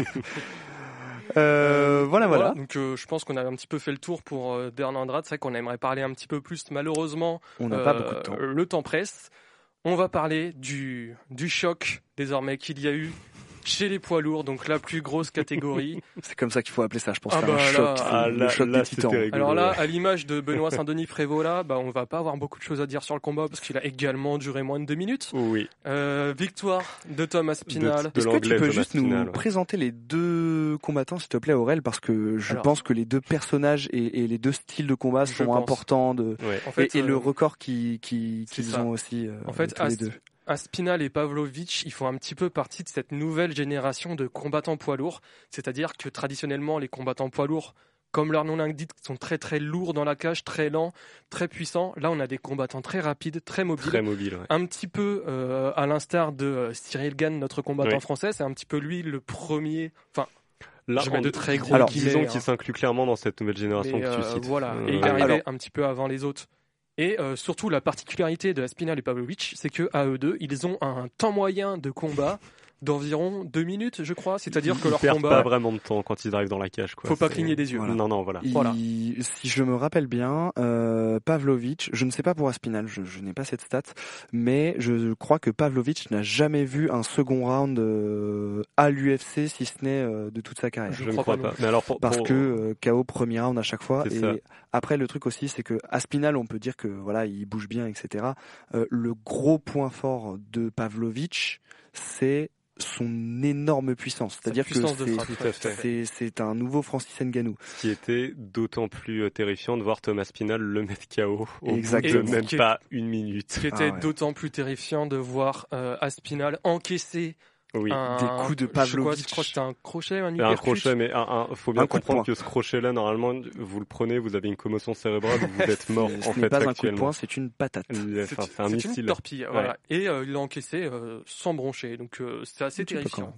Voilà. Donc je pense qu'on a un petit peu fait le tour pour Dern Andrade. C'est vrai qu'on aimerait parler un petit peu plus. Malheureusement, on n'a pas beaucoup de temps. Le temps presse. On va parler du choc désormais qu'il y a eu chez les poids lourds, donc la plus grosse catégorie. C'est comme ça qu'il faut appeler ça, je pense. Un choc, le choc des titans. Alors là, à l'image de Benoît Saint-Denis Prévost, on va pas avoir beaucoup de choses à dire sur le combat parce qu'il a également duré moins de 2 minutes. Oui. Victoire de Tom Aspinall. Est-ce que tu peux juste nous présenter les 2 combattants, s'il te plaît, Aurel, parce que je pense que les 2 personnages et les 2 styles de combat sont importants et le record qu'ils ont aussi. En fait, tous les 2. Aspinall et Pavlovich, ils font un petit peu partie de cette nouvelle génération de combattants poids lourds. C'est-à-dire que traditionnellement, les combattants poids lourds, comme leur nom l'indique, sont très très lourds dans la cage, très lents, très puissants. Là, on a des combattants très rapides, très mobiles. Ouais. Un petit peu à l'instar de Cyril Gane, notre combattant français. C'est un petit peu lui le premier... Là, je mets de très gros guillemets. Disons qu'il s'inclut clairement dans cette nouvelle génération que tu cites. Voilà, et il est arrivé un petit peu avant les autres. Et surtout, la particularité de Aspinall et Pavlovich, c'est que à eux deux, ils ont un temps moyen de combat d'environ 2 minutes, je crois. C'est-à-dire que leur combat... Ils perdent pas vraiment de temps quand ils arrivent dans la cage, quoi. Faut pas cligner des yeux. Voilà. Non, voilà. Si je me rappelle bien, Pavlovich, je ne sais pas pour Aspinall, je n'ai pas cette stat, mais je crois que Pavlovich n'a jamais vu un second round à l'UFC, si ce n'est de toute sa carrière. Je ne crois pas. Mais alors parce que KO premier round à chaque fois. C'est et ça. Après, le truc aussi, c'est que Aspinall, on peut dire que voilà, il bouge bien, etc. Le gros point fort de Pavlovich, c'est son énorme puissance. C'est-à-dire que c'est un nouveau Francis Ngannou. Ce qui était d'autant plus terrifiant de voir Thomas Aspinall le mettre KO au bout Exactement. de même pas 1 minute. Ce qui était d'autant plus terrifiant de voir Aspinall encaisser des coups de Pavlovich. Je crois que c'était un crochet, un uppercut. Un crochet, mais faut bien comprendre que ce crochet-là, normalement, vous le prenez, vous avez une commotion cérébrale, vous êtes mort. Ce n'est pas un coup de poing, c'est une patate. C'est un missile. Une torpille, voilà. Et il l'a encaissé sans broncher, donc c'est assez terrifiant.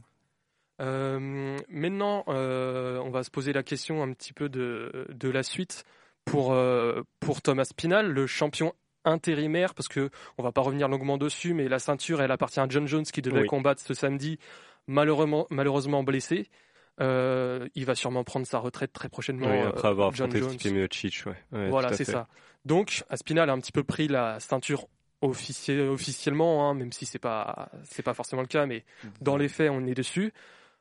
Maintenant, on va se poser la question un petit peu de la suite pour Thomas Aspinall, le champion intérimaire, parce que on va pas revenir longuement dessus, mais la ceinture elle appartient à John Jones qui devait combattre ce samedi, malheureusement blessé. Il va sûrement prendre sa retraite très prochainement. Oui, après avoir affronté Stipe Miocic, voilà, c'est ça. Donc Aspinall a un petit peu pris la ceinture officiellement, hein, même si c'est pas forcément le cas, mais dans les faits on est dessus.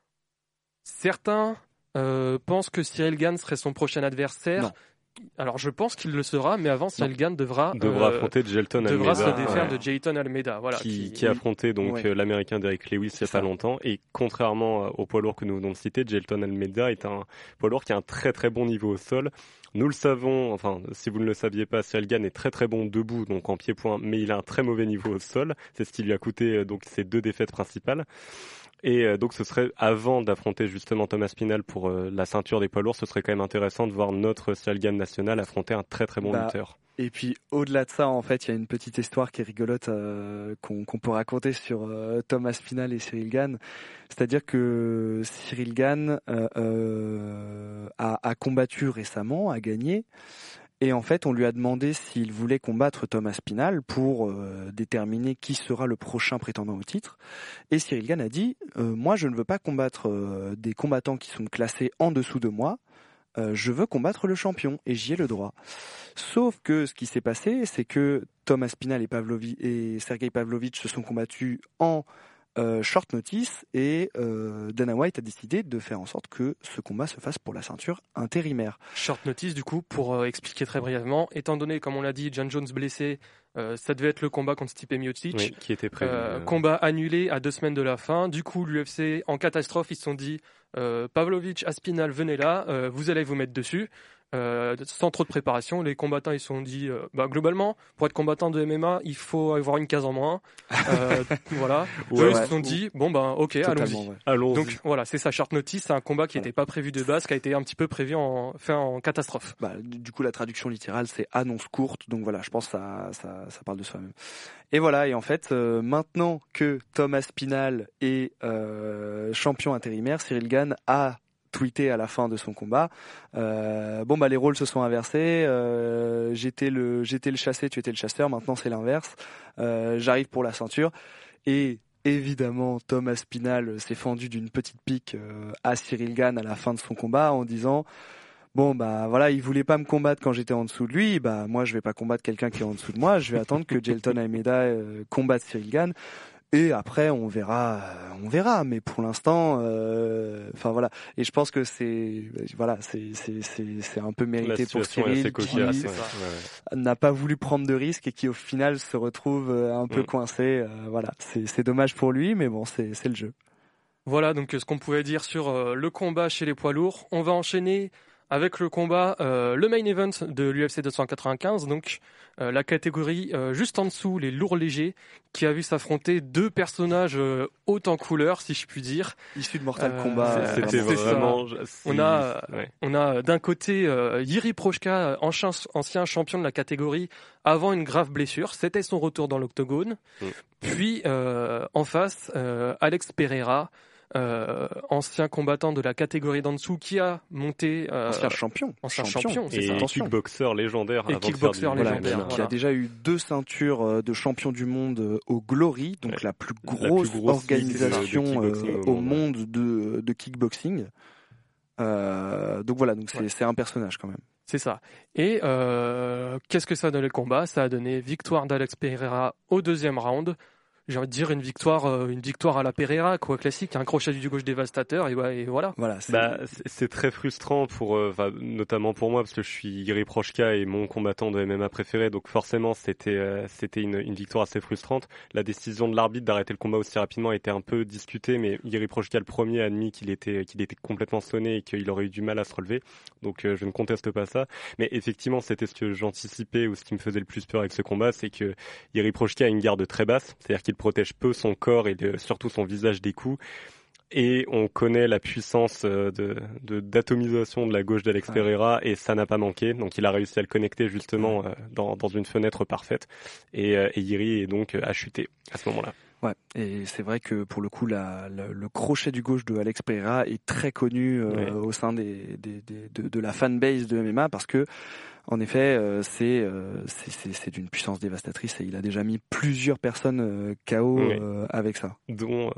Certains pensent que Cyril Gane serait son prochain adversaire. Non. Alors je pense qu'il le sera, mais avant Cyril Gane devra affronter Jailton Almeida. Devra se défaire de Jailton Almeida, voilà. Qui a affronté donc l'américain Derek Lewis il y a pas longtemps. Et contrairement au poids lourd que nous venons de citer, Jailton Almeida est un poids lourd qui a un très très bon niveau au sol. Nous le savons, enfin si vous ne le saviez pas, Cyril Gane est très très bon debout, donc en pied-point, mais il a un très mauvais niveau au sol. C'est ce qui lui a coûté donc ses 2 défaites principales. Et donc ce serait, avant d'affronter justement Thomas Aspinall pour la ceinture des poids lourds, ce serait quand même intéressant de voir notre Cyril Gane national affronter un très très bon lutteur. Et puis au-delà de ça, en fait, il y a une petite histoire qui est rigolote qu'on peut raconter sur Thomas Aspinall et Cyril Gane. C'est-à-dire que Cyril Gane a combattu récemment, a gagné. Et en fait, on lui a demandé s'il voulait combattre Thomas Aspinall pour déterminer qui sera le prochain prétendant au titre. Et Cyril Gane a dit moi, je ne veux pas combattre des combattants qui sont classés en dessous de moi. Je veux combattre le champion et j'y ai le droit. Sauf que ce qui s'est passé, c'est que Thomas Aspinall et Sergei Pavlovich se sont combattus en short notice et Dana White a décidé de faire en sorte que ce combat se fasse pour la ceinture intérimaire. Short notice du coup, pour expliquer très brièvement, étant donné, comme on l'a dit, John Jones blessé, ça devait être le combat contre Stipe Miocic, qui était prévu. Combat annulé à 2 semaines de la fin. Du coup, l'UFC, en catastrophe, ils se sont dit Pavlovich, Aspinall, venez là, vous allez vous mettre dessus. Sans trop de préparation, les combattants ils se sont dit globalement pour être combattant de MMA il faut avoir une case en moins. Voilà. Ils se sont dit ok, allons-y. Donc voilà, c'est ça, short notice, c'est un combat qui n'était pas prévu de base, qui a été un petit peu prévu fait en catastrophe. Du coup la traduction littérale c'est annonce courte, donc voilà, je pense que ça parle de soi-même. Et voilà, et en fait maintenant que Thomas Aspinall est champion intérimaire, Cyril Gane a tweeté à la fin de son combat les rôles se sont inversés, j'étais le chassé, tu étais le chasseur, maintenant c'est l'inverse, j'arrive pour la ceinture. Et évidemment Thomas Aspinall s'est fendu d'une petite pique à Cyril Gane à la fin de son combat en disant il voulait pas me combattre quand j'étais en dessous de lui, moi je vais pas combattre quelqu'un qui est en dessous de moi, je vais attendre que Jailton Almeida combatte Cyril Gane. Et après, on verra. Mais pour l'instant, Et je pense que c'est un peu mérité pour Cyril qui n'a pas voulu prendre de risques et qui au final se retrouve un peu coincé. C'est dommage pour lui, mais bon, c'est le jeu. Voilà donc ce qu'on pouvait dire sur le combat chez les poids lourds. On va enchaîner avec le combat, le main event de l'UFC 295, donc la catégorie juste en dessous, les lourds légers, qui a vu s'affronter 2 personnages haut en couleur, si je puis dire. Issus de Mortal Kombat. C'était vraiment... On a d'un côté Jiri Prochka, ancien champion de la catégorie, avant une grave blessure. C'était son retour dans l'octogone. Puis en face, Alex Pereira, ancien combattant de la catégorie d'en dessous qui a monté ancien champion, c'est et ça. kickboxer légendaire, Et kickboxer légendaire, qui a déjà eu 2 ceintures de champion du monde au Glory, donc la plus grosse organisation au monde de kickboxing. Donc voilà, c'est un personnage quand même. C'est ça. Et qu'est-ce que ça a donné le combat ? Ça a donné victoire d'Alex Pereira au 2e round. J'ai envie de dire une victoire à la Pereira, quoi, classique, un crochet du gauche dévastateur et voilà. C'est très frustrant notamment pour moi parce que je suis Jiri Prochka et mon combattant de MMA préféré, donc forcément c'était une victoire assez frustrante. La décision de l'arbitre d'arrêter le combat aussi rapidement était un peu discutée, mais Jiri Prochka le premier a admis qu'il était complètement sonné et qu'il aurait eu du mal à se relever. Donc je ne conteste pas ça, mais effectivement c'était ce que j'anticipais ou ce qui me faisait le plus peur avec ce combat, c'est que Jiri Prochka a une garde très basse, c'est-à-dire qu'il protège peu son corps et surtout son visage des coups. Et on connaît la puissance d'atomisation de la gauche d'Alex Pereira et ça n'a pas manqué. Donc il a réussi à le connecter justement dans une fenêtre parfaite. Et Jiri est donc a chuté à ce moment-là. Ouais, et c'est vrai que pour le coup, le crochet du gauche de Alex Pereira est très connu au sein de la fanbase de MMA parce que en effet, c'est d'une puissance dévastatrice et il a déjà mis plusieurs personnes KO avec ça. Dont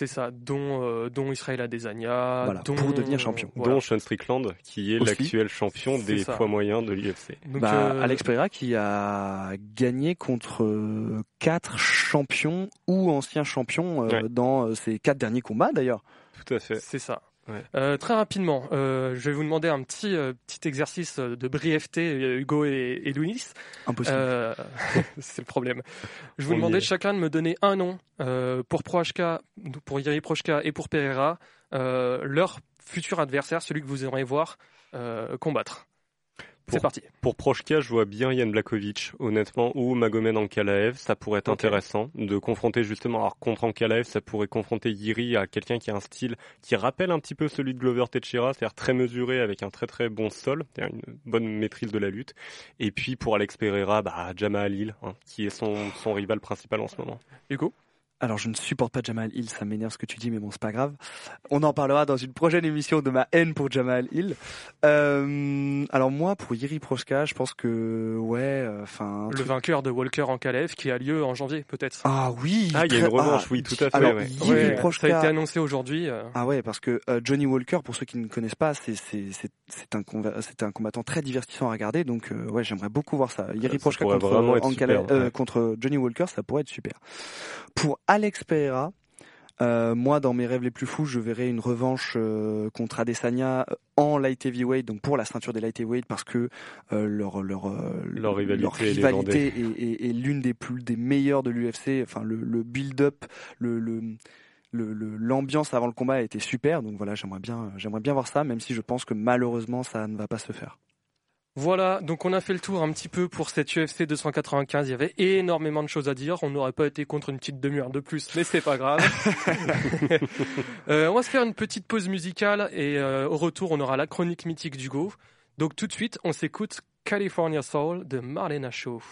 Israel Adesanya, pour devenir champion. Dont Sean Strickland, qui est l'actuel champion des poids moyens de l'UFC. Alex Pereira qui a gagné contre 4 champions ou anciens champions dans ses 4 derniers combats d'ailleurs. Tout à fait. C'est ça. Ouais. Très rapidement, je vais vous demander un petit exercice de brièveté, Hugo et Louis. Impossible. C'est le problème. Je vous demandais chacun de me donner un nom pour Jiri Prochka et pour Pereira, leur futur adversaire, celui que vous aimeriez voir combattre. C'est parti. Pour Prochka, je vois bien Jan Blachowicz, honnêtement, ou Magomed Ankalaev. Ça pourrait être intéressant de confronter justement. Alors contre Ankalaev, ça pourrait confronter Jiri à quelqu'un qui a un style qui rappelle un petit peu celui de Glover Teixeira, c'est-à-dire très mesuré avec un très très bon sol, c'est-à-dire une bonne maîtrise de la lutte. Et puis pour Alex Pereira, Jamal Hill, qui est son rival principal en ce moment. Hugo ? Alors je ne supporte pas Jamal Hill, ça m'énerve ce que tu dis, mais bon c'est pas grave. On en parlera dans une prochaine émission de ma haine pour Jamal Hill. Alors moi pour Jiri Prochka, je pense que le vainqueur de Walker Ankalaev qui a lieu en janvier peut-être. Ah oui. Il y a une revanche, oui, tout à fait. Alors, Jiri Prochka, ça a été annoncé aujourd'hui. Ah ouais, parce que Johnny Walker, pour ceux qui ne connaissent pas, c'est un combattant très divertissant à regarder, donc j'aimerais beaucoup voir ça. Jiri Prochka contre Johnny Walker, ça pourrait être super. Pour Alex Pereira, moi dans mes rêves les plus fous, je verrais une revanche contre Adesanya en light heavyweight, donc pour la ceinture des light heavyweight, parce que leur rivalité est l'une des meilleures de l'UFC. Enfin le build-up, l'ambiance avant le combat a été super, donc voilà, j'aimerais bien voir ça, même si je pense que malheureusement ça ne va pas se faire. Voilà, donc on a fait le tour un petit peu pour cette UFC 295. Il y avait énormément de choses à dire. On n'aurait pas été contre une petite demi-heure de plus, mais c'est pas grave. On va se faire une petite pause musicale et au retour, on aura la chronique mythique d'Hugo. Donc tout de suite, on s'écoute California Soul de Marlena Shaw.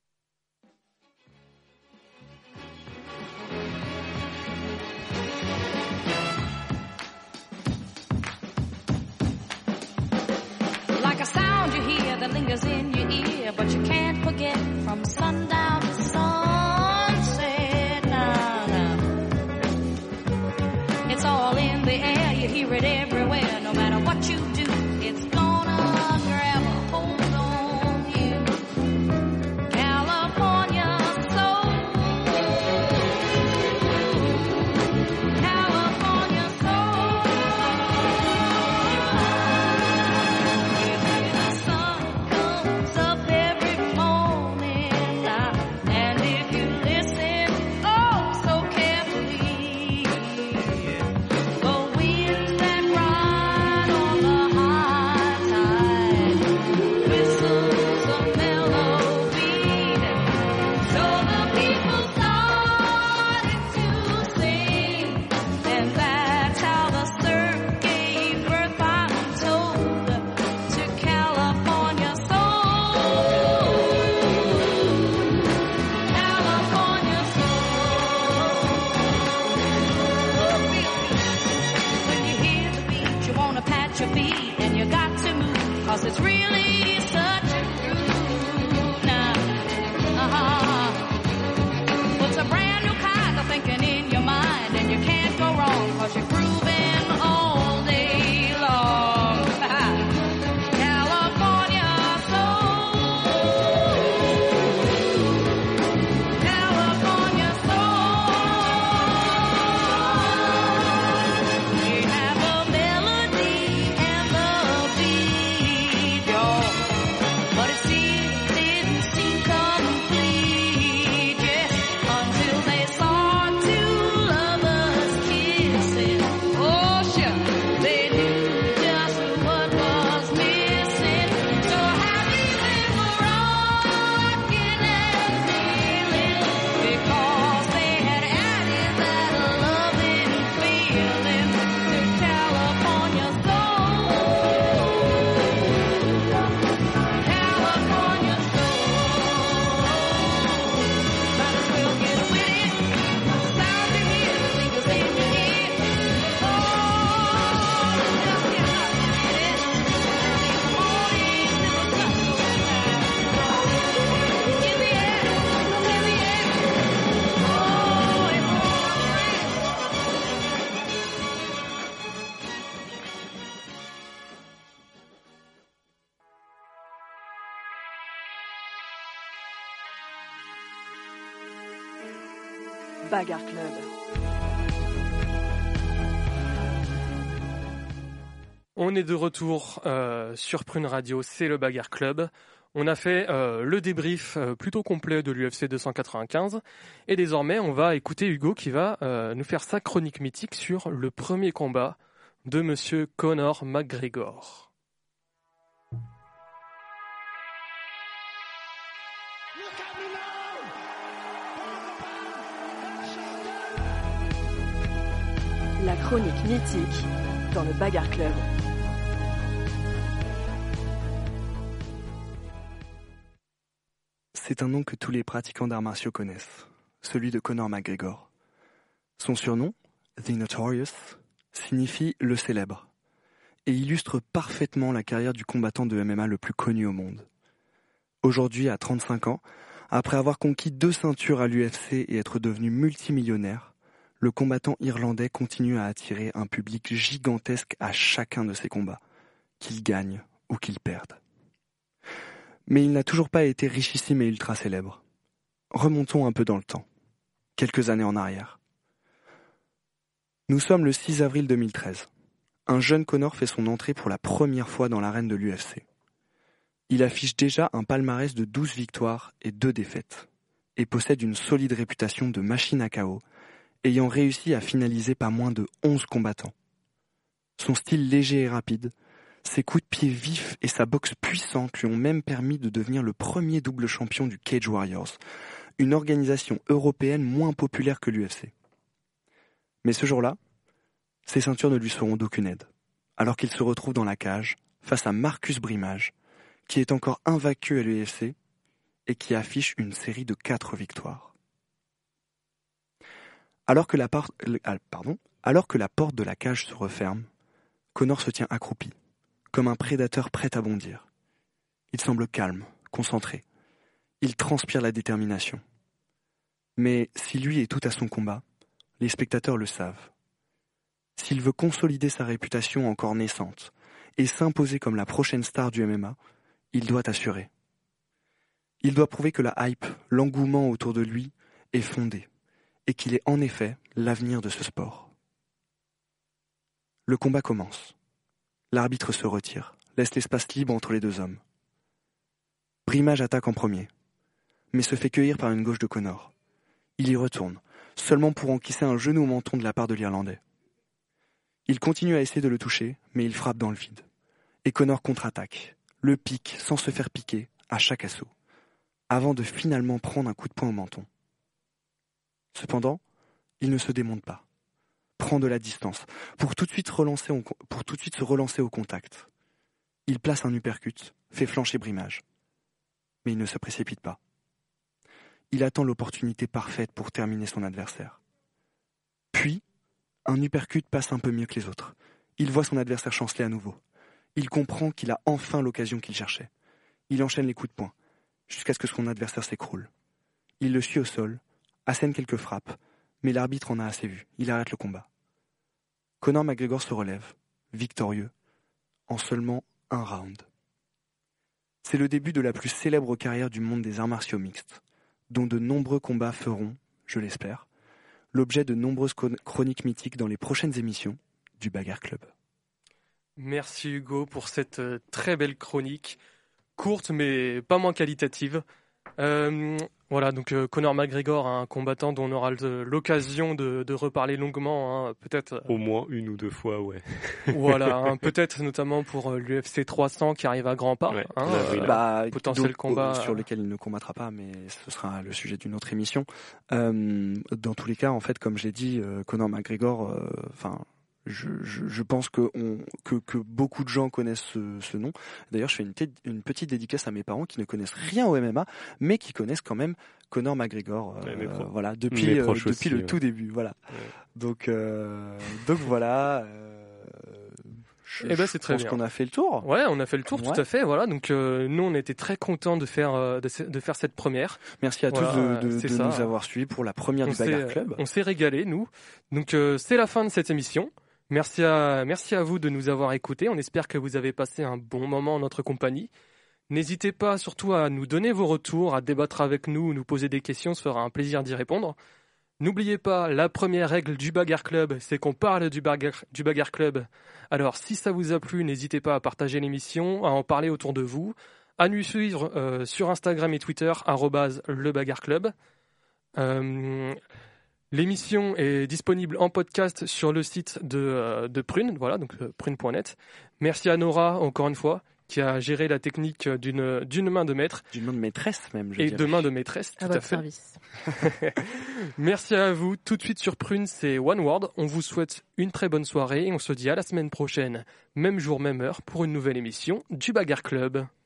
That lingers in your ear, but you can't forget from sundown to sunset. Nah. It's all in the air, you hear it everywhere. No matter what you do, it's gonna grab a hold on you. California soul, California soul. Ride Bagarre Club. On est de retour sur Prune Radio, c'est le Bagarre Club. On a fait le débrief plutôt complet de l'UFC 295 et désormais on va écouter Hugo qui va nous faire sa chronique mythique sur le premier combat de monsieur Conor McGregor. La chronique mythique dans le Bagarre Club. C'est un nom que tous les pratiquants d'arts martiaux connaissent, celui de Conor McGregor. Son surnom, The Notorious, signifie le célèbre, et illustre parfaitement la carrière du combattant de MMA le plus connu au monde. Aujourd'hui, à 35 ans, après avoir conquis 2 ceintures à l'UFC et être devenu multimillionnaire, le combattant irlandais continue à attirer un public gigantesque à chacun de ses combats, qu'il gagne ou qu'il perde. Mais il n'a toujours pas été richissime et ultra célèbre. Remontons un peu dans le temps, quelques années en arrière. Nous sommes le 6 avril 2013. Un jeune Conor fait son entrée pour la première fois dans l'arène de l'UFC. Il affiche déjà un palmarès de 12 victoires et 2 défaites, et possède une solide réputation de machine à KO, ayant réussi à finaliser pas moins de 11 combattants. Son style léger et rapide, ses coups de pied vifs et sa boxe puissante lui ont même permis de devenir le premier double champion du Cage Warriors, une organisation européenne moins populaire que l'UFC. Mais ce jour-là, ses ceintures ne lui seront d'aucune aide, alors qu'il se retrouve dans la cage face à Marcus Brimage, qui est encore invaincu à l'UFC et qui affiche une série de 4 victoires. Alors que la porte de la cage se referme, Conor se tient accroupi, comme un prédateur prêt à bondir. Il semble calme, concentré. Il transpire la détermination. Mais si lui est tout à son combat, les spectateurs le savent. S'il veut consolider sa réputation encore naissante et s'imposer comme la prochaine star du MMA, il doit assurer. Il doit prouver que la hype, l'engouement autour de lui est fondé et qu'il est en effet l'avenir de ce sport. Le combat commence. L'arbitre se retire, laisse l'espace libre entre les 2 hommes. Brimage attaque en premier, mais se fait cueillir par une gauche de Conor. Il y retourne, seulement pour encaisser un genou au menton de la part de l'Irlandais. Il continue à essayer de le toucher, mais il frappe dans le vide. Et Conor contre-attaque, le pique sans se faire piquer à chaque assaut, avant de finalement prendre un coup de poing au menton. Cependant, il ne se démonte pas. Prend de la distance pour tout de suite se relancer au contact. Il place un uppercut, fait flancher Brimage. Mais il ne se précipite pas. Il attend l'opportunité parfaite pour terminer son adversaire. Puis, un uppercut passe un peu mieux que les autres. Il voit son adversaire chanceler à nouveau. Il comprend qu'il a enfin l'occasion qu'il cherchait. Il enchaîne les coups de poing, jusqu'à ce que son adversaire s'écroule. Il le suit au sol, assène quelques frappes, mais l'arbitre en a assez vu. Il arrête le combat. Conor McGregor se relève, victorieux, en seulement 1 round. C'est le début de la plus célèbre carrière du monde des arts martiaux mixtes, dont de nombreux combats feront, je l'espère, l'objet de nombreuses chroniques mythiques dans les prochaines émissions du Bagarre Club. Merci Hugo pour cette très belle chronique, courte mais pas moins qualitative. Voilà, donc Conor McGregor, un combattant dont on aura l'occasion de reparler longuement, hein, peut-être. Au moins 1 ou 2 fois, ouais. Voilà, hein, peut-être notamment pour l'UFC 300 qui arrive à grands pas. Ouais, Potentiel combat sur lequel il ne combattra pas, mais ce sera le sujet d'une autre émission. Dans tous les cas, en fait, comme je l'ai dit, Conor McGregor, je pense que beaucoup de gens connaissent ce nom. D'ailleurs, je fais une petite dédicace à mes parents qui ne connaissent rien au MMA, mais qui connaissent quand même Conor McGregor. Voilà, depuis le tout début. Voilà. Ouais. Donc voilà. C'est très bien. Je pense qu'on a fait le tour. Ouais, on a fait le tour, tout à fait. Voilà, donc nous on était très contents de faire cette première. Merci à tous de nous avoir suivis pour la première du Bagarre Club. On s'est régalé nous. Donc c'est la fin de cette émission. Merci à vous de nous avoir écoutés. On espère que vous avez passé un bon moment en notre compagnie. N'hésitez pas surtout à nous donner vos retours, à débattre avec nous, nous poser des questions, ce sera un plaisir d'y répondre. N'oubliez pas, la première règle du Bagarre Club, c'est qu'on parle du Bagarre Club. Alors, si ça vous a plu, n'hésitez pas à partager l'émission, à en parler autour de vous, à nous suivre sur Instagram et Twitter, @lebagarreclub. L'émission est disponible en podcast sur le site de Prune, voilà, donc prune.net. Merci à Nora, encore une fois, qui a géré la technique d'une main de maître. D'une main de maîtresse même, je Et dirais. de main de maîtresse, tout À à votre fait. service. Merci à vous. Tout de suite sur Prune, c'est One Word. On vous souhaite une très bonne soirée et on se dit à la semaine prochaine, même jour, même heure, pour une nouvelle émission du Bagarre Club.